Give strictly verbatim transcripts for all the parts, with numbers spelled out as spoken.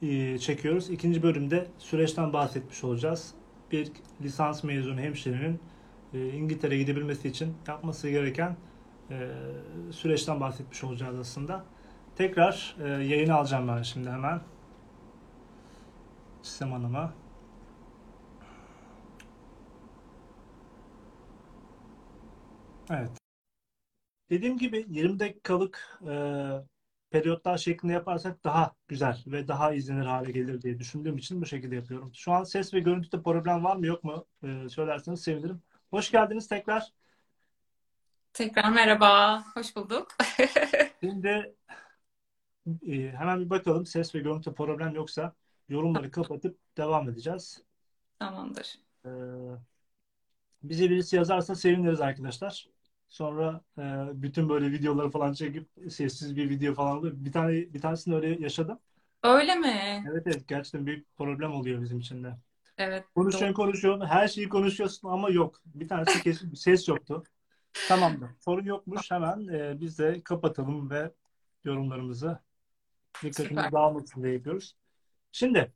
e, çekiyoruz. İkinci bölümde süreçten bahsetmiş olacağız. Bir lisans mezunu hemşirenin e, İngiltere'ye gidebilmesi için yapması gereken e, süreçten bahsetmiş olacağız aslında. Tekrar e, yayını alacağım ben şimdi hemen. Sistem Hanım'a. Evet. Dediğim gibi yirmi dakikalık e, periyotlar şeklinde yaparsak daha güzel ve daha izlenir hale gelir diye düşündüğüm için bu şekilde yapıyorum. Şu an ses ve görüntüde problem var mı yok mu? E, söylerseniz sevinirim. Hoş geldiniz tekrar. Tekrar merhaba, hoş bulduk. Şimdi e, hemen bir bakalım ses ve görüntü problem yoksa yorumları kapatıp devam edeceğiz. Tamamdır. E, Bize birisi yazarsa seviniriz arkadaşlar. Sonra e, bütün böyle videoları falan çekip sessiz bir video falan oluyor. Bir tane bir tanesini öyle yaşadım. Öyle mi? Evet evet gerçekten büyük problem oluyor bizim için de. Evet, doğru. Konuşuyorsun konuşuyorsun her şeyi konuşuyorsun ama yok. Bir tanesi kesin bir ses yoktu. Tamamdır. Sorun yokmuş. Hemen e, biz de kapatalım ve yorumlarımızı Süper. dikkatimiz dağılmasın diye yapıyoruz. Şimdi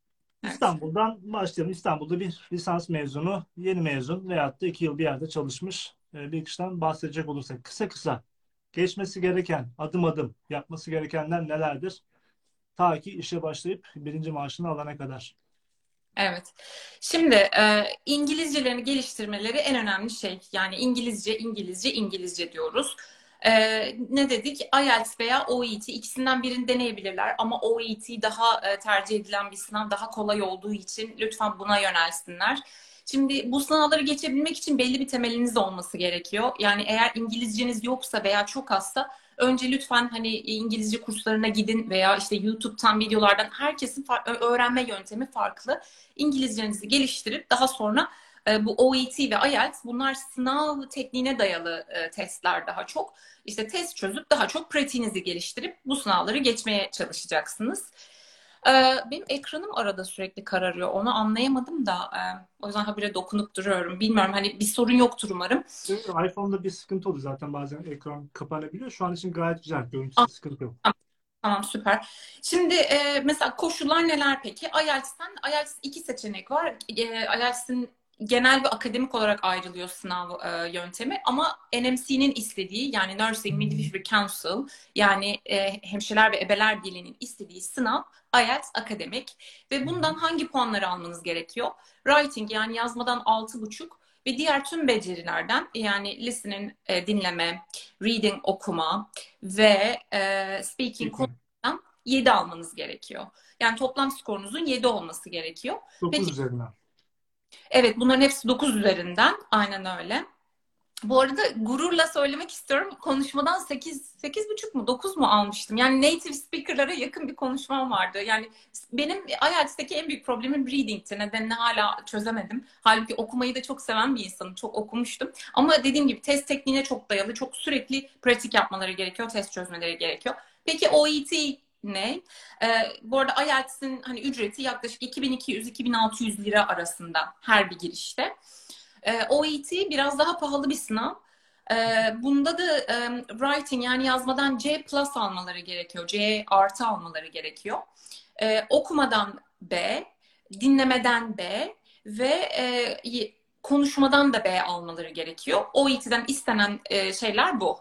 Evet. İstanbul'dan başlayalım. İstanbul'da bir lisans mezunu, yeni mezun veyahut da iki yıl bir yerde çalışmış e, bir kişiden bahsedecek olursak kısa kısa geçmesi gereken, adım adım yapması gerekenler nelerdir? Ta ki işe başlayıp birinci maaşını alana kadar. Evet. Şimdi e, İngilizcelerini geliştirmeleri en önemli şey. Yani İngilizce, İngilizce, İngilizce diyoruz. E, ne dedik? IELTS veya O E T ikisinden birini deneyebilirler ama O E T daha e, tercih edilen bir sınav, daha kolay olduğu için lütfen buna yönelsinler. Şimdi bu sınavları geçebilmek için belli bir temeliniz olması gerekiyor. Yani eğer İngilizceniz yoksa veya çok azsa önce lütfen hani İngilizce kurslarına gidin veya işte YouTube'tan videolardan herkesin far- öğrenme yöntemi farklı. İngilizcenizi geliştirip daha sonra e, bu O E T ve IELTS bunlar sınav tekniğine dayalı e, testler daha çok. İşte test çözüp daha çok pratiğinizi geliştirip bu sınavları geçmeye çalışacaksınız. E, benim ekranım arada sürekli kararıyor. Onu anlayamadım da e, o yüzden habire dokunup duruyorum. Bilmiyorum hani bir sorun yoktur umarım. iPhone'da bir sıkıntı oluyor zaten bazen ekran kapanabiliyor. Şu an için gayet güzel. Ah, Görüntüsü sıkıntı yok. tamam, tamam, süper. Şimdi e, mesela koşullar neler peki? IELTS'ten IELTS iki seçenek var. E, IELTS'in genel ve akademik olarak ayrılıyor sınav e, yöntemi ama N M C'nin istediği yani Nursing Midwifery Council yani e, Hemşireler ve Ebeler Birliği'nin istediği sınav IELTS akademik ve Hı hı. bundan hangi puanları almanız gerekiyor? Writing yani yazmadan altı buçuk ve diğer tüm becerilerden yani listening e, dinleme, reading okuma, ve e, speaking Peki. konusunda yedi almanız gerekiyor. Yani toplam skorunuzun yedi olması gerekiyor. dokuz Peki üzerinden. evet bunların hepsi dokuz üzerinden. Aynen öyle. Bu arada gururla söylemek istiyorum. Konuşmadan sekiz, sekiz buçuk mu dokuz mu almıştım. Yani native speaker'lara yakın bir konuşmam vardı. Yani benim IELTS'teki en büyük problemim reading'ti. Nedenini hala çözemedim. Halbuki okumayı da çok seven bir insanım. Çok okumuştum. Ama dediğim gibi test tekniğine çok dayalı. Çok sürekli pratik yapmaları gerekiyor. Test çözmeleri gerekiyor. Peki O E T ne? Ee, bu arada IELTS'in hani ücreti yaklaşık iki bin iki yüz - iki bin altı yüz lira arasında her bir girişte. E, O E T biraz daha pahalı bir sınav. E, bunda da e, writing yani yazmadan C plus almaları gerekiyor. C artı almaları gerekiyor. E, okumadan B, dinlemeden B ve e, konuşmadan da B almaları gerekiyor. O E T'den istenen e, şeyler bu.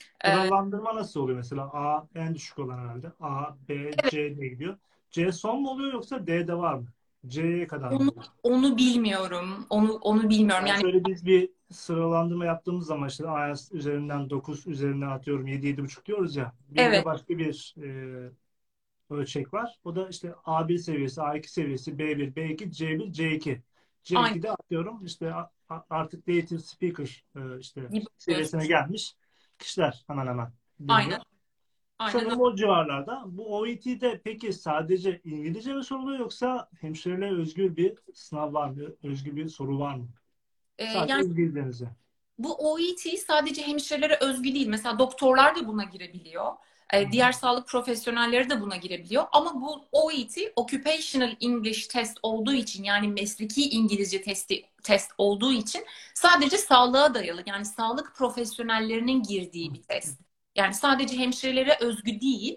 E, Sıralandırma nasıl oluyor mesela? A en düşük olan herhalde. A, B, C diye gidiyor. C son mu oluyor yoksa D'de var mı? C'ye kadar mı onu oluyor? onu bilmiyorum. Onu onu bilmiyorum. Yani Yani şöyle biz bir sıralandırma yaptığımız zaman işte I E L T S üzerinden dokuz üzerinden atıyorum yedi yedi buçuk diyoruz ya. Bir de evet, başka bir e, ölçek var. O da işte A bir seviyesi, A iki seviyesi, B bir, B iki, C bir, C iki. aynen C ikide atıyorum işte a- a- artık native speaker e, işte gibi seviyesine oluyorsun. gelmiş kişiler hemen hemen Aynen. deniyor. Aynen. Sanırım o civarlarda. Bu O E T'de peki sadece İngilizce mi soruluyor yoksa hemşirelere özgür bir sınav var mı? Özgür bir soru var mı? E, Sadece yani İngilizcenize. bu O E T sadece hemşirelere özgü değil. Mesela doktorlar da buna girebiliyor. Hı Ee, hı. Diğer sağlık profesyonelleri de buna girebiliyor. Ama bu O E T Occupational English Test olduğu için yani mesleki İngilizce testi test olduğu için sadece sağlığa dayalı. Yani sağlık profesyonellerinin girdiği bir test. Yani sadece hemşirelere özgü değil.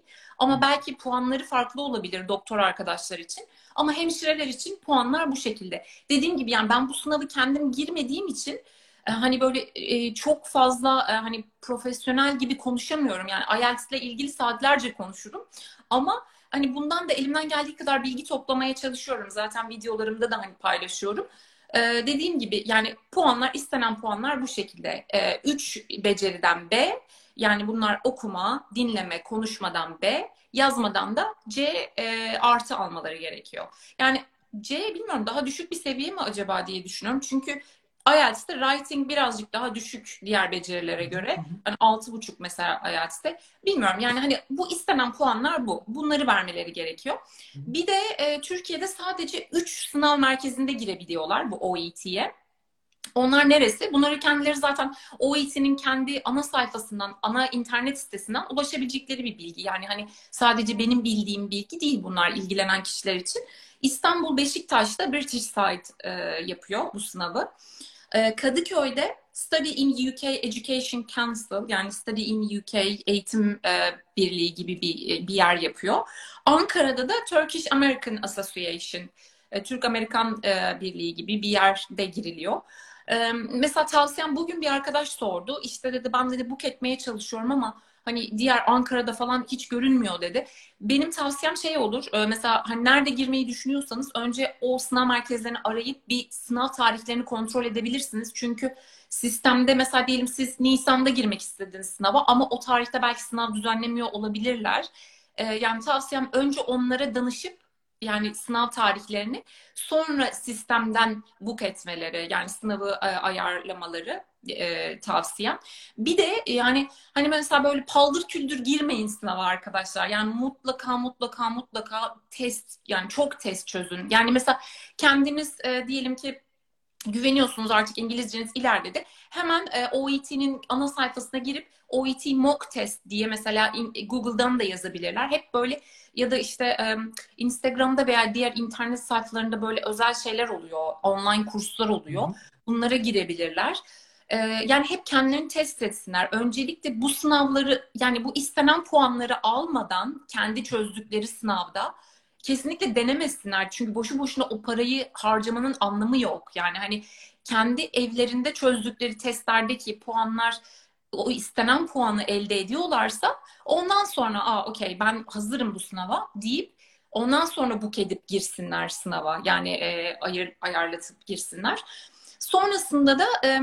Ama belki puanları farklı olabilir doktor arkadaşlar için. Ama hemşireler için puanlar bu şekilde. Dediğim gibi yani ben bu sınavı kendim girmediğim için e, hani böyle e, çok fazla e, hani profesyonel gibi konuşamıyorum. Yani I E L T S ile ilgili saatlerce konuşurum. Ama hani bundan da elimden geldiği kadar bilgi toplamaya çalışıyorum. Zaten videolarımda da hani paylaşıyorum. Ee, dediğim gibi yani puanlar, istenen puanlar bu şekilde. Ee, üç beceriden B, yani bunlar okuma, dinleme, konuşmadan B, yazmadan da C e, artı almaları gerekiyor. Yani C bilmiyorum daha düşük bir seviye mi acaba diye düşünüyorum. Çünkü I E L T S'te writing birazcık daha düşük diğer becerilere göre. Yani altı buçuk mesela I E L T S'te. Bilmiyorum yani hani bu istenen puanlar bu. Bunları vermeleri gerekiyor. Bir de e, Türkiye'de sadece üç sınav merkezinde girebiliyorlar bu O E T'ye. Onlar neresi? Bunları kendileri zaten O E T'nin kendi ana sayfasından, ana internet sitesinden ulaşabilecekleri bir bilgi. Yani hani sadece benim bildiğim bilgi değil bunlar ilgilenen kişiler için. İstanbul Beşiktaş'ta British Side e, yapıyor bu sınavı. E, Kadıköy'de Study in U K Education Council yani Study in U K Eğitim e, Birliği gibi bir, bir yer yapıyor. Ankara'da da Turkish American Association, e, Türk-Amerikan e, Birliği gibi bir yerde giriliyor. Ee, mesela tavsiyem bugün bir arkadaş sordu. İşte dedi ben dedi book etmeye çalışıyorum ama hani diğer Ankara'da falan hiç görünmüyor dedi. Benim tavsiyem şey olur. E, mesela hani nerede girmeyi düşünüyorsanız önce o sınav merkezlerini arayıp bir sınav tarihlerini kontrol edebilirsiniz. Çünkü sistemde mesela diyelim siz Nisan'da girmek istediniz sınava ama o tarihte belki sınav düzenlemiyor olabilirler. E, yani tavsiyem önce onlara danışıp yani sınav tarihlerini sonra sistemden book etmeleri yani sınavı e, ayarlamaları e, tavsiyem. Bir de yani hani mesela böyle paldır küldür girmeyin sınava arkadaşlar. Yani mutlaka mutlaka mutlaka test yani çok test çözün. Yani mesela kendiniz e, diyelim ki güveniyorsunuz artık İngilizceniz ilerledi. Hemen e, O E T'nin ana sayfasına girip O E T mock test diye mesela in, Google'dan da yazabilirler. Hep böyle ya da işte e, Instagram'da veya diğer internet sayfalarında böyle özel şeyler oluyor. Online kurslar Hı oluyor. hı. Bunlara girebilirler. E, yani hep kendilerini test etsinler. Öncelikle bu sınavları yani bu istenen puanları almadan kendi çözdükleri sınavda kesinlikle denemesinler. Çünkü boşu boşuna o parayı harcamanın anlamı yok. Yani hani kendi evlerinde çözdükleri testlerdeki puanlar o istenen puanı elde ediyorlarsa ondan sonra aa okey ben hazırım bu sınava deyip ondan sonra book edip girsinler sınava. Yani e, ayır, ayarlatıp girsinler. Sonrasında da e,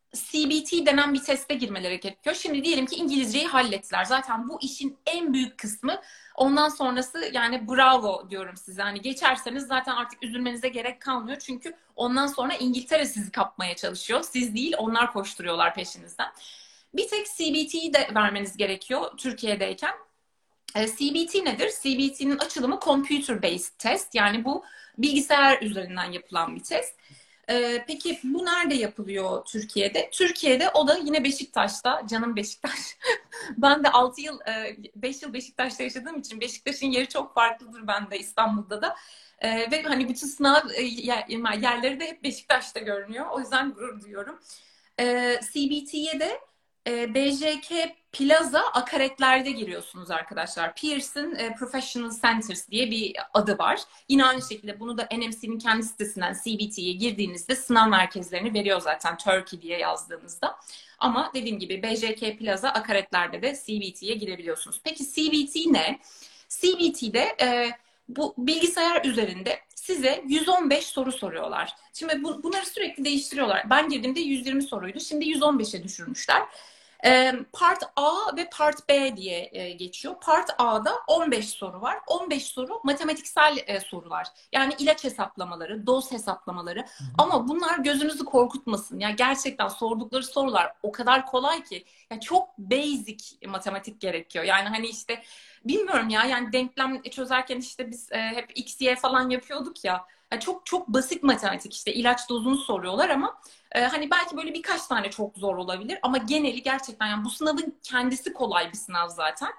C B T denen bir teste girmeleri gerekiyor. Şimdi diyelim ki İngilizceyi hallettiler. Zaten bu işin en büyük kısmı. Ondan sonrası yani bravo diyorum size. Hani geçerseniz zaten artık üzülmenize gerek kalmıyor. Çünkü ondan sonra İngiltere sizi kapmaya çalışıyor. Siz değil onlar koşturuyorlar peşinizden. Bir tek C B T'yi de vermeniz gerekiyor Türkiye'deyken. E, C B T nedir? C B T'nin açılımı Computer Based Test. Yani bu bilgisayar üzerinden yapılan bir test. Ee, peki bu nerede yapılıyor Türkiye'de? Türkiye'de o da yine Beşiktaş'ta. Canım Beşiktaş. Ben de altı yıl, beş yıl Beşiktaş'ta yaşadığım için Beşiktaş'ın yeri çok farklıdır bende İstanbul'da da. Ee, ve hani bütün sınav e, yerleri de hep Beşiktaş'ta görünüyor. O yüzden gurur duyuyorum. Ee, C B T'ye de e, B J K Plaza akaretlerde giriyorsunuz arkadaşlar. Pearson e, Professional Centers diye bir adı var. Yine aynı şekilde bunu da N M C'nin kendi sitesinden C B T'ye girdiğinizde sınav merkezlerini veriyor zaten Turkey diye yazdığınızda. Ama dediğim gibi B J K Plaza akaretlerde de C B T'ye girebiliyorsunuz. Peki C B T ne? C B T'de e, bu bilgisayar üzerinde size yüz on beş soru soruyorlar. Şimdi bu, bunları sürekli değiştiriyorlar. Ben girdiğimde yüz yirmi soruydu. Şimdi yüz on beşe düşürmüşler. E, Part A ve Part B diye e, geçiyor. Part A'da on beş soru var. on beş soru matematiksel e, sorular. Yani ilaç hesaplamaları, doz hesaplamaları. Hı hı. Ama bunlar gözünüzü korkutmasın. Ya gerçekten sordukları sorular o kadar kolay ki. Ya çok basic matematik gerekiyor. Yani hani işte bilmiyorum ya yani denklem çözerken işte biz e, hep X, Y falan yapıyorduk ya. Yani çok çok basit matematik işte ilaç dozunu soruyorlar ama e, hani belki böyle birkaç tane çok zor olabilir ama geneli gerçekten yani bu sınavın kendisi kolay bir sınav zaten.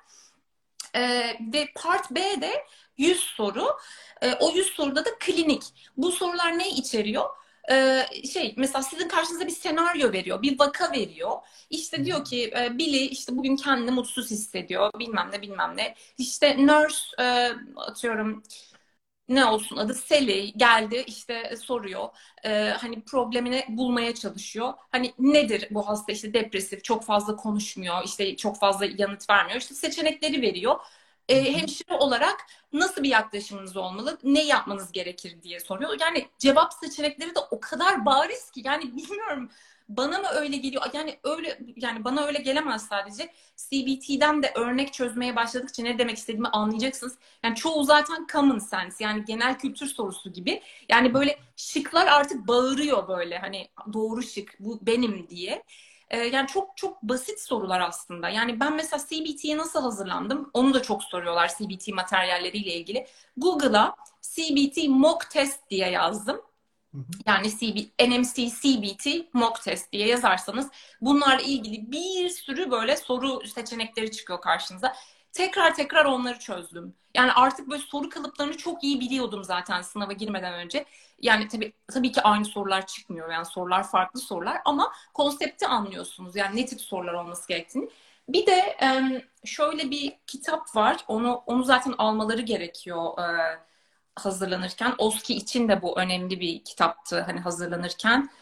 E, ve Part B'de yüz soru. E, o yüz soruda da klinik. Bu sorular ne içeriyor? e, şey mesela sizin karşınıza bir senaryo veriyor, bir vaka veriyor. İşte diyor ki e, Billy işte bugün kendini mutsuz hissediyor, bilmem ne bilmem ne. İşte nurse e, atıyorum ne olsun adı Sally geldi işte soruyor. Ee, hani problemini bulmaya çalışıyor. Hani nedir bu hasta işte depresif, çok fazla konuşmuyor, işte çok fazla yanıt vermiyor. İşte seçenekleri veriyor. Hı Ee, hı. hemşire olarak nasıl bir yaklaşımınız olmalı? Ne yapmanız gerekir diye soruyor. Yani cevap seçenekleri de o kadar bariz ki yani bilmiyorum bana mı öyle geliyor? Yani öyle yani bana öyle gelemez sadece. C B T'den de örnek çözmeye başladıkça ne demek istediğimi anlayacaksınız. Yani çoğu zaten common sense yani genel kültür sorusu gibi. Yani böyle şıklar artık bağırıyor böyle hani doğru şık bu benim diye. Ee, yani çok çok basit sorular aslında. Yani ben mesela C B T'ye nasıl hazırlandım? Onu da çok soruyorlar C B T materyalleriyle ilgili. Google'a C B T mock test diye yazdım. Hı hı. Yani C B, N M C C B T mock test diye yazarsanız bunlarla ilgili bir sürü böyle soru seçenekleri çıkıyor karşınıza. Tekrar tekrar onları çözdüm. Yani artık böyle soru kalıplarını çok iyi biliyordum zaten sınava girmeden önce. Yani tabii tabii ki aynı sorular çıkmıyor. Yani sorular farklı sorular ama konsepti anlıyorsunuz. Yani ne tip sorular olması gerektiğini. Bir de şöyle bir kitap var. Onu onu zaten almaları gerekiyor hazırlanırken. Oski için de bu önemli bir kitaptı hani hazırlanırken.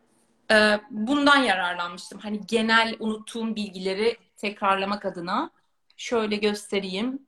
Ee, bundan yararlanmıştım. Hani genel unuttuğum bilgileri tekrarlamak adına. Şöyle göstereyim.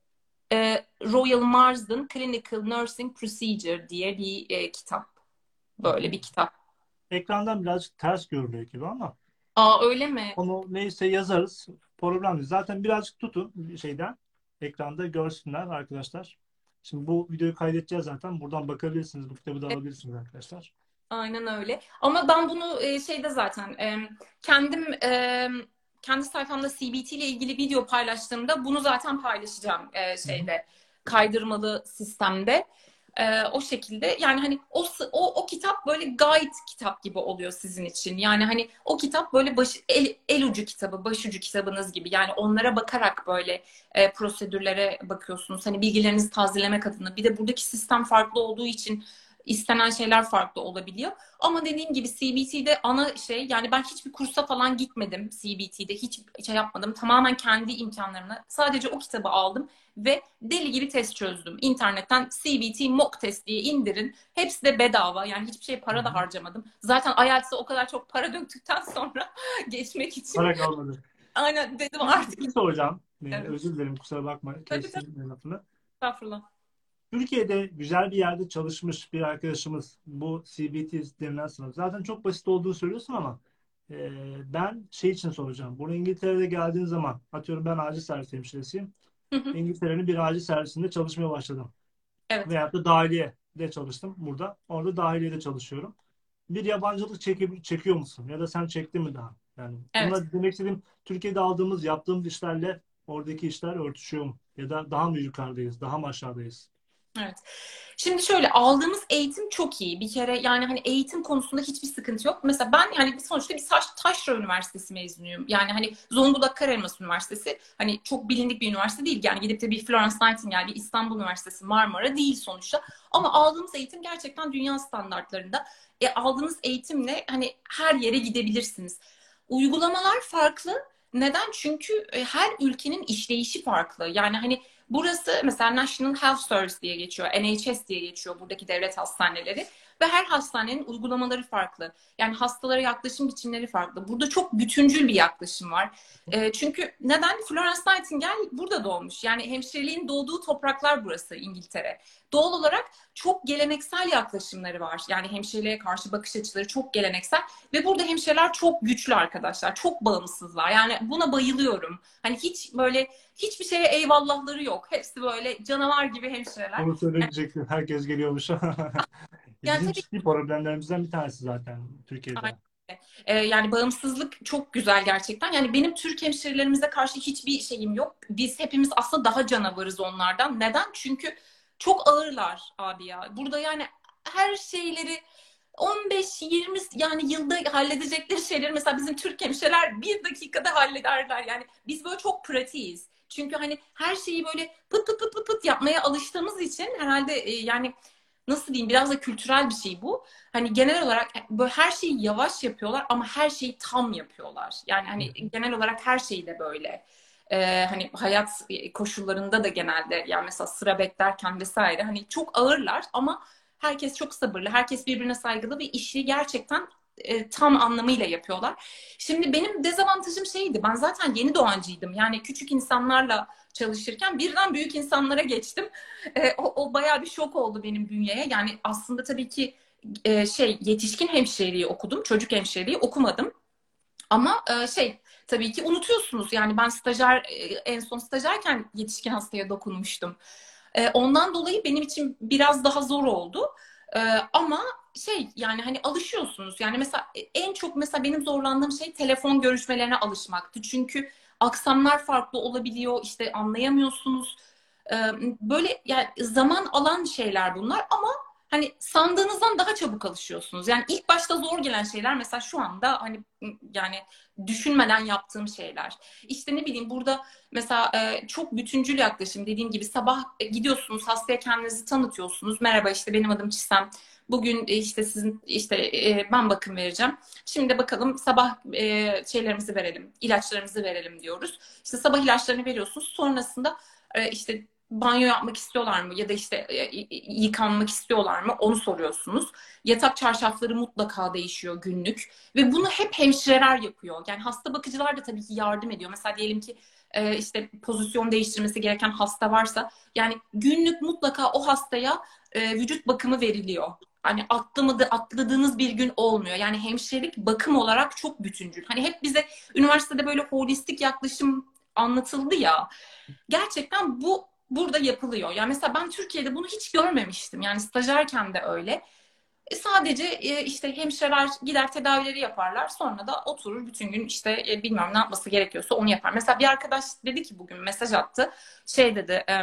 Ee, Royal Marsden Clinical Nursing Procedure diye bir e, kitap. Hı Böyle hı. bir kitap. Ekrandan birazcık ters görünüyor gibi ama Aa öyle mi? onu neyse yazarız. Problem değil. Zaten birazcık tutun bir şeyden. Ekranda görsünler arkadaşlar. Şimdi bu videoyu kaydedeceğiz zaten. Buradan bakabilirsiniz. Bu kitabı da alabilirsiniz arkadaşlar. Aynen öyle. Ama ben bunu e, şeyde zaten e, kendim e, kendi sayfamda C B T ile ilgili video paylaştığımda bunu zaten paylaşacağım e, Hı hı. şeyde kaydırmalı sistemde. E, o şekilde yani hani o, o o kitap böyle guide kitap gibi oluyor sizin için. Yani hani o kitap böyle baş, el, el ucu kitabı, başucu kitabınız gibi. Yani onlara bakarak böyle e, prosedürlere bakıyorsunuz. Hani bilgilerinizi tazelemek adına. Bir de buradaki sistem farklı olduğu için istenen şeyler farklı olabiliyor. Ama dediğim gibi C B T'de ana şey yani ben hiçbir kursa falan gitmedim C B T'de hiç şey yapmadım. Tamamen kendi imkanlarımla sadece o kitabı aldım ve deli gibi test çözdüm. İnternetten C B T mock test diye indirin. Hepsi de bedava yani hiçbir şey Hı para da hı. harcamadım. Zaten I E L T S'e o kadar çok para döktükten sonra geçmek için Para kalmadı. aynen dedim Bir, artık. bir şey soracağım. Ee, Evet. özür dilerim kusura bakma. Tabii tabii. Kestim lafını. Estağfurullah. Türkiye'de güzel bir yerde çalışmış bir arkadaşımız bu C B T denilen sınav. Zaten çok basit olduğunu söylüyorsun ama e, ben şey için soracağım. Bunu İngiltere'de geldiğin zaman atıyorum ben acil servis hemşiresiyim. Hı hı. İngiltere'nin bir acil servisinde çalışmaya başladım. Evet. Veyahut da dahiliyede çalıştım burada. Orada dahiliyede çalışıyorum. Bir yabancılık çeki, çekiyor musun? Ya da sen çektin mi daha? Yani Evet. bunlar demek istediğim Türkiye'de aldığımız, yaptığımız işlerle oradaki işler örtüşüyor mu? Ya da daha mı yukarıdayız, daha mı aşağıdayız? Evet. Şimdi şöyle aldığımız eğitim çok iyi. Bir kere yani hani eğitim konusunda hiçbir sıkıntı yok. Mesela ben yani sonuçta bir Taş, Taşra Üniversitesi mezunuyum. Yani hani Zonguldak Karelmas Üniversitesi hani çok bilindik bir üniversite değil. Yani gidip de bir Florence Nightingale, bir İstanbul Üniversitesi, Marmara değil sonuçta. Ama aldığımız eğitim gerçekten dünya standartlarında. E, aldığınız eğitimle hani her yere gidebilirsiniz. Uygulamalar farklı. Neden? Çünkü e, her ülkenin işleyişi farklı. Yani hani burası mesela National Health Service diye geçiyor, N H S diye geçiyor buradaki devlet hastaneleri ve her hastanenin uygulamaları farklı. Yani hastalara yaklaşım biçimleri farklı. Burada çok bütüncül bir yaklaşım var. E, çünkü neden? Florence Nightingale burada doğmuş. Yani hemşireliğin doğduğu topraklar burası İngiltere. Doğal olarak çok geleneksel yaklaşımları var. Yani hemşireliğe karşı bakış açıları çok geleneksel ve burada hemşireler çok güçlü arkadaşlar. Çok bağımsızlar. Yani buna bayılıyorum. Hani hiç böyle hiçbir şeye eyvallahları yok. Hepsi böyle canavar gibi hemşireler. Onu söyleyecektim. Herkes geliyormuş. Yani Bizim tabii ciddi problemlerimizden bir tanesi zaten Türkiye'de. e, yani bağımsızlık çok güzel gerçekten. Yani benim Türk hemşirelerimize karşı hiçbir şeyim yok. Biz hepimiz aslında daha canavarız onlardan. Neden? Çünkü çok ağırlar abi ya. Burada yani her şeyleri on beş yirmi yani yılda halledecekleri şeyleri mesela bizim Türk hemşireler bir dakikada hallederler. Yani biz böyle çok pratiğiz. Çünkü hani her şeyi böyle pıt pıt pıt pıt pıt yapmaya alıştığımız için herhalde e, yani nasıl diyeyim, biraz da kültürel bir şey bu. Hani genel olarak böyle her şeyi yavaş yapıyorlar ama her şeyi tam yapıyorlar. Yani Hı hani hı. genel olarak her şeyi de böyle. Ee, hani hayat koşullarında da genelde, yani mesela sıra beklerken vesaire, hani çok ağırlar ama herkes çok sabırlı, herkes birbirine saygılı ve işi gerçekten e, tam anlamıyla yapıyorlar. Şimdi benim dezavantajım şeydi, ben zaten yeni doğancıydım. Yani küçük insanlarla çalışırken birden büyük insanlara geçtim. E, o, o bayağı bir şok oldu benim bünyeye. Yani aslında tabii ki e, şey, yetişkin hemşireliği okudum, çocuk hemşireliği okumadım. Ama e, şey, tabii ki unutuyorsunuz. Yani ben stajyer, e, en son stajyerken yetişkin hastaya dokunmuştum. E, ondan dolayı benim için biraz daha zor oldu. E, ama şey, yani hani alışıyorsunuz. Yani mesela en çok mesela benim zorlandığım şey telefon görüşmelerine alışmaktı. Çünkü aksanlar farklı olabiliyor. İşte anlayamıyorsunuz. E, böyle yani zaman alan şeyler bunlar ama hani sandığınızdan daha çabuk alışıyorsunuz. Yani ilk başta zor gelen şeyler mesela şu anda hani, yani düşünmeden yaptığım şeyler. İşte ne bileyim, burada mesela e, çok bütüncül yaklaşım, dediğim gibi sabah e, gidiyorsunuz hastaya, kendinizi tanıtıyorsunuz. Merhaba, işte benim adım Çisem. Bugün e, işte sizin işte e, ben bakım vereceğim. Şimdi bakalım sabah e, şeylerimizi verelim, ilaçlarımızı verelim diyoruz. İşte sabah ilaçlarını veriyorsunuz. Sonrasında e, işte banyo yapmak istiyorlar mı ya da işte e, yıkanmak istiyorlar mı, onu soruyorsunuz. Yatak çarşafları mutlaka değişiyor günlük ve bunu hep hemşireler yapıyor. Yani hasta bakıcılar da tabii ki yardım ediyor. Mesela diyelim ki e, işte pozisyon değiştirmesi gereken hasta varsa, yani günlük mutlaka o hastaya e, vücut bakımı veriliyor. Hani atlamadı, atladığınız bir gün olmuyor. Yani hemşirelik bakım olarak çok bütüncül. Hani hep bize üniversitede böyle holistik yaklaşım anlatıldı ya. Gerçekten bu burada yapılıyor. Yani mesela ben Türkiye'de bunu hiç görmemiştim. Yani stajyerken de öyle. E, sadece e, işte hemşireler gider tedavileri yaparlar. Sonra da oturur bütün gün işte e, bilmem ne yapması gerekiyorsa onu yapar. Mesela bir arkadaş dedi ki, bugün mesaj attı. Şey dedi, e,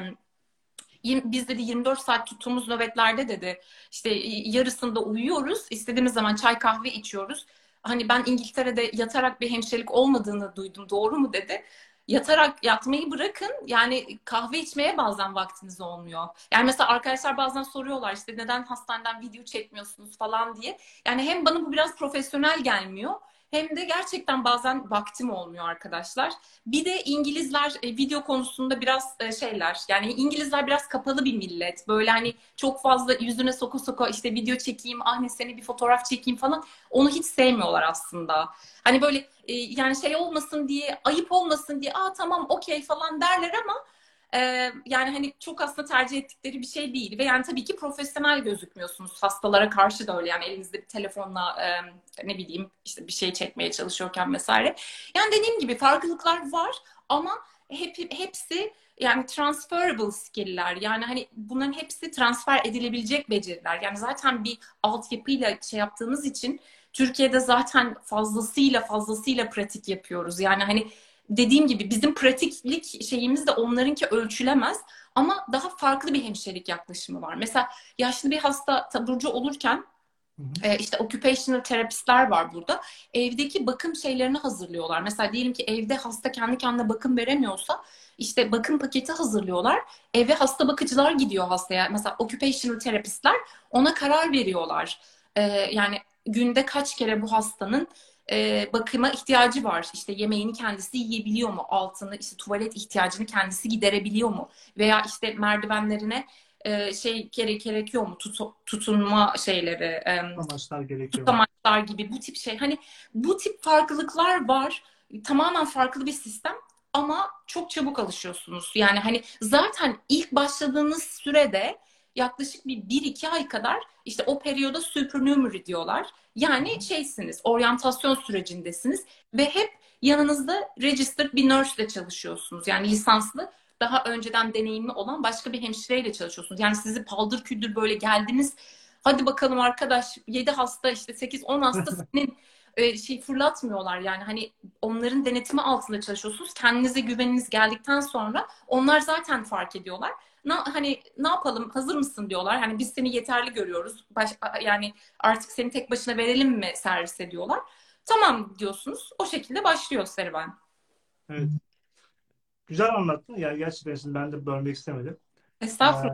biz dedi yirmi dört saat tuttuğumuz nöbetlerde dedi işte yarısında uyuyoruz. İstediğimiz zaman çay kahve içiyoruz. Hani ben İngiltere'de yatarak bir hemşirelik olmadığını duydum. Doğru mu dedi. Yatarak yatmayı bırakın. Yani kahve içmeye bazen vaktiniz olmuyor. Yani mesela arkadaşlar bazen soruyorlar işte neden hastaneden video çekmiyorsunuz falan diye. Yani hem bana bu biraz profesyonel gelmiyor, hem de gerçekten bazen vaktim olmuyor arkadaşlar. Bir de İngilizler e, video konusunda biraz e, şeyler. Yani İngilizler biraz kapalı bir millet. Böyle hani çok fazla yüzüne soka soka işte video çekeyim, ah ne seni bir fotoğraf çekeyim falan. Onu hiç sevmiyorlar aslında. Hani böyle e, yani şey olmasın diye, ayıp olmasın diye, aa tamam okey falan derler ama e, yani hani çok aslında tercih ettikleri bir şey değil. Ve yani tabii ki profesyonel gözükmüyorsunuz. Hastalara karşı da öyle. Yani elinizde bir telefonla e, ne bileyim işte bir şey çekmeye çalışıyorken vesaire. Yani dediğim gibi farklılıklar var ama hep, hepsi yani transferable skill'ler. Yani hani bunların hepsi transfer edilebilecek beceriler. Yani zaten bir altyapıyla şey yaptığımız için Türkiye'de zaten fazlasıyla fazlasıyla pratik yapıyoruz. Yani hani dediğim gibi bizim pratiklik şeyimiz de onlarınki ölçülemez. Ama daha farklı bir hemşirelik yaklaşımı var. Mesela yaşlı bir hasta taburcu olurken hı. Hı. e, işte occupational terapistler var burada. Evdeki bakım şeylerini hazırlıyorlar. Mesela diyelim ki evde hasta kendi kendine bakım veremiyorsa işte bakım paketi hazırlıyorlar. Eve hasta bakıcılar gidiyor hastaya. Mesela occupational terapistler ona karar veriyorlar. E, yani günde kaç kere bu hastanın e, bakıma ihtiyacı var. İşte yemeğini kendisi yiyebiliyor mu? Altını, işte tuvalet ihtiyacını kendisi giderebiliyor mu? Veya işte merdivenlerine e, şey gerek gerekiyor mu? Tutu- tutunma şeyleri, e, Amaçlar gerekiyor mu? tutamaçlar gibi bu tip şey. Hani bu tip farklılıklar var. Tamamen farklı bir sistem ama çok çabuk alışıyorsunuz. Yani hani zaten ilk başladığınız sürede yaklaşık bir, bir iki ay kadar işte o periyoda supernumerary diyorlar. Hı Yani hı. şeysiniz, oryantasyon sürecindesiniz ve hep yanınızda registered bir nurse ile çalışıyorsunuz. Yani lisanslı, daha önceden deneyimli olan başka bir hemşireyle çalışıyorsunuz. Yani sizi paldır küldür böyle geldiniz, hadi bakalım arkadaş yedi hasta işte sekiz on hasta senin e, şey fırlatmıyorlar. Yani hani onların denetimi altında çalışıyorsunuz. Kendinize güveniniz geldikten sonra onlar zaten fark ediyorlar. Na, hani ne yapalım, hazır mısın diyorlar. Hani biz seni yeterli görüyoruz. Baş, yani artık seni tek başına verelim mi servis ediyorlar. Tamam diyorsunuz. O şekilde başlıyor serüven. Evet. Güzel anlattın. Yani gerçekten şimdi ben de bölmek istemedim. Ee, Estağfurullah.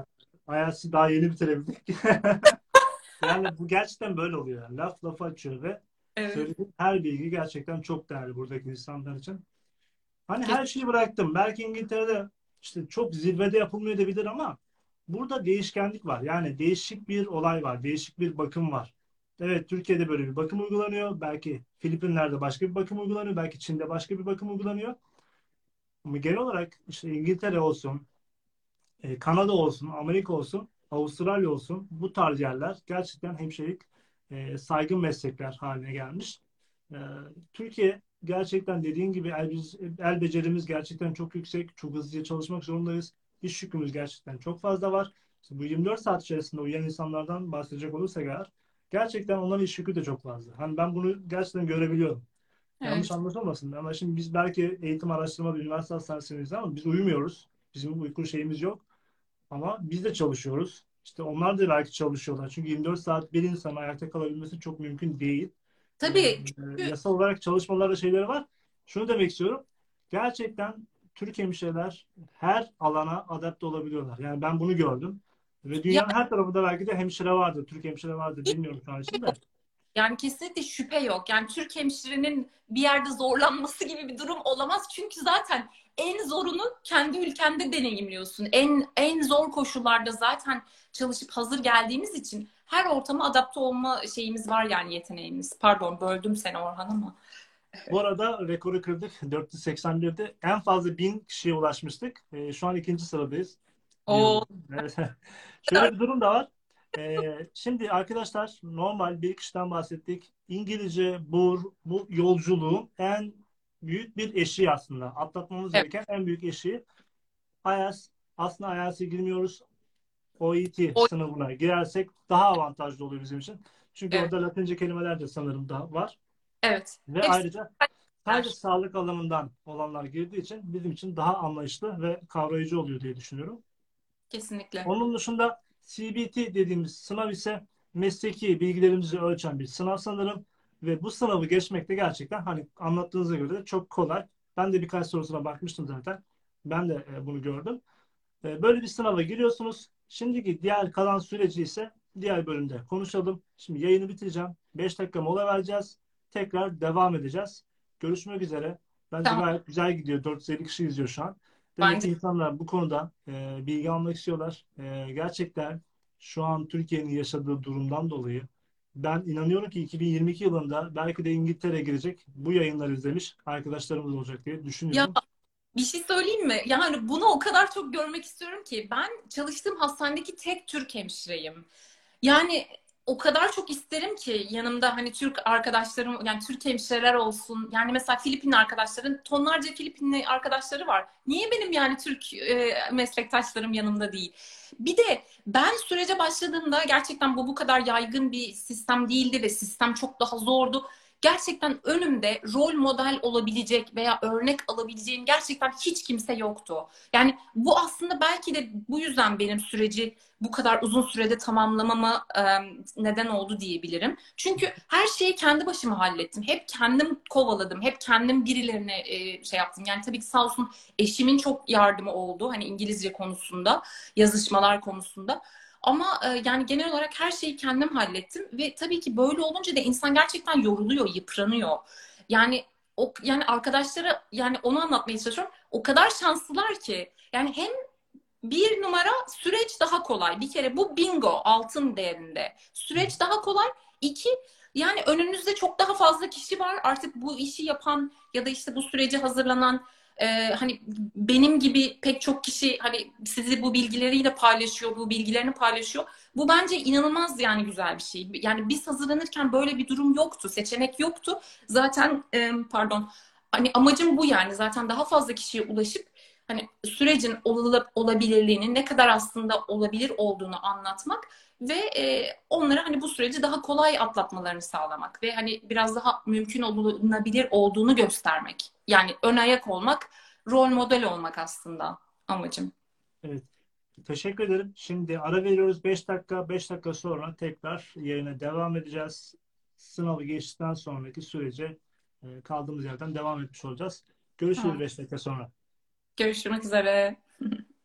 I E L T S'i daha yeni bitirebildik. Yani bu gerçekten böyle oluyor. Yani. Laf lafı açıyor ve Evet. söylediğim her bilgi gerçekten çok değerli buradaki insanlar için. Hani Kes- her şeyi bıraktım. Belki İngiltere'de işte çok zirvede yapılmıyor edebilir ama burada değişkenlik var. Yani değişik bir olay var. Değişik bir bakım var. Evet, Türkiye'de böyle bir bakım uygulanıyor. Belki Filipinler'de başka bir bakım uygulanıyor. Belki Çin'de başka bir bakım uygulanıyor. Ama genel olarak işte İngiltere olsun, e, Kanada olsun, Amerika olsun, Avustralya olsun, bu tarz yerler gerçekten hemşirelik e, saygın meslekler haline gelmiş. E, Türkiye gerçekten dediğin gibi el, el becerimiz gerçekten çok yüksek. Çok hızlıca çalışmak zorundayız. İş yükümüz gerçekten çok fazla var. İşte bu yirmi dört saat içerisinde uyuyan insanlardan bahsedecek olursak eğer gerçekten onların iş yükü de çok fazla. Hani ben bunu gerçekten görebiliyorum. Yanlış Evet. anlaşılmasın ama şimdi biz belki eğitim araştırma üniversite hastanesindeyiz ama biz uyumuyoruz. Bizim uyku şeyimiz yok. Ama biz de çalışıyoruz. İşte onlar da belki çalışıyorlar. Çünkü yirmi dört saat bir insanın ayakta kalabilmesi çok mümkün değil. Ee, Tabii e, yasal olarak çalışmalarda şeyleri var. Şunu demek istiyorum. Gerçekten Türk hemşireler her alana adapte olabiliyorlar. Yani ben bunu gördüm. Ve ya dünyanın her tarafında belki de hemşire vardır. Türk hemşire vardır. Bilmiyorum şu an için de. Yani kesinlikle şüphe yok. Yani Türk hemşirenin bir yerde zorlanması gibi bir durum olamaz. Çünkü zaten en zorunu kendi ülkende deneyimliyorsun. En en zor koşullarda zaten çalışıp hazır geldiğimiz için her ortama adapte olma şeyimiz var yani yeteneğimiz. Pardon böldüm seni Orhan ama. Bu arada rekoru kırdık. dört yüz seksen birde en fazla bin kişiye ulaşmıştık. Ee, şu an ikinci sıradayız O diyorum. Evet. kadar Şöyle bir durum da var. Ee, şimdi arkadaşlar normal bir kişiden bahsettik. İngilizce bu, bu yolculuğun en büyük bir eşiği aslında. Atlatmamız evet, gereken en büyük eşiği. I E L T S. Aslında I E L T S'e girmiyoruz. O E T o, sınavına girersek daha avantajlı oluyor bizim için. Çünkü evet, orada Latince kelimeler de sanırım da var. evet. Ve Hepsi ayrıca sadece der. sağlık alanından olanlar girdiği için bizim için daha anlayışlı ve kavrayıcı oluyor diye düşünüyorum. Kesinlikle. Onun dışında C B T dediğimiz sınav ise mesleki bilgilerimizi ölçen bir sınav sanırım. Ve bu sınavı geçmek de gerçekten hani anlattığınıza göre de çok kolay. Ben de birkaç sorusuna bakmıştım zaten. Ben de e, bunu gördüm. E, Böyle bir sınava giriyorsunuz. Şimdiki diğer kalan süreci ise diğer bölümde konuşalım. Şimdi yayını bitireceğim. beş dakika mola vereceğiz. Tekrar devam edeceğiz. Görüşmek üzere. Bence Tamam. gayet güzel gidiyor. dört yüz elli kişi izliyor şu an. Demek Bence ki insanlar bu konuda e, bilgi almak istiyorlar. E, gerçekten şu an Türkiye'nin yaşadığı durumdan dolayı ben inanıyorum ki iki bin yirmi iki yılında belki de İngiltere girecek. Bu yayınları izlemiş arkadaşlarımız olacak diye ya düşünüyorum. bir şey söyleyeyim mi? Yani bunu o kadar çok görmek istiyorum ki ben çalıştığım hastanedeki tek Türk hemşireyim. Yani o kadar çok isterim ki yanımda hani Türk arkadaşlarım yani Türk hemşireler olsun. Yani mesela Filipinli arkadaşların tonlarca Filipinli arkadaşları var. Niye benim yani Türk e, meslektaşlarım yanımda değil? Bir de ben sürece başladığımda gerçekten bu bu kadar yaygın bir sistem değildi ve sistem çok daha zordu. Gerçekten önümde rol model olabilecek veya örnek alabileceğim gerçekten hiç kimse yoktu. Yani bu aslında belki de bu yüzden benim süreci bu kadar uzun sürede tamamlamama e, neden oldu diyebilirim. Çünkü her şeyi kendi başıma hallettim. Hep kendim kovaladım. Hep kendim birilerine e, şey yaptım. Yani tabii ki sağ olsun eşimin çok yardımı oldu. Hani İngilizce konusunda, yazışmalar konusunda. Ama e, yani genel olarak her şeyi kendim hallettim ve tabii ki böyle olunca da insan gerçekten yoruluyor, yıpranıyor. Yani o yani arkadaşlara yani onu anlatmaya çalışıyorum. O kadar şanslılar ki yani hem bir numara süreç daha kolay. Bir kere bu bingo altın değerinde. Süreç daha kolay. İki yani önünüzde çok daha fazla kişi var. Artık bu işi yapan ya da işte bu süreci hazırlanan e, hani benim gibi pek çok kişi hani sizi bu bilgileriyle paylaşıyor, bu bilgilerini paylaşıyor. Bu bence inanılmaz yani güzel bir şey. Yani biz hazırlanırken böyle bir durum yoktu, seçenek yoktu. Zaten e, pardon hani amacım bu yani zaten daha fazla kişiye ulaşıp hani sürecin olabilirliğinin ne kadar aslında olabilir olduğunu anlatmak ve e, onlara hani bu süreci daha kolay atlatmalarını sağlamak ve hani biraz daha mümkün olunabilir olduğunu göstermek. Yani ön ayak olmak, rol model olmak aslında amacım. Evet. Teşekkür ederim. Şimdi ara veriyoruz beş dakika. beş dakika sonra tekrar yayına devam edeceğiz. Sınavı geçtikten sonraki sürece e, kaldığımız yerden devam etmiş olacağız. Görüşürüz Tamam. beş dakika sonra. Görüşmek üzere.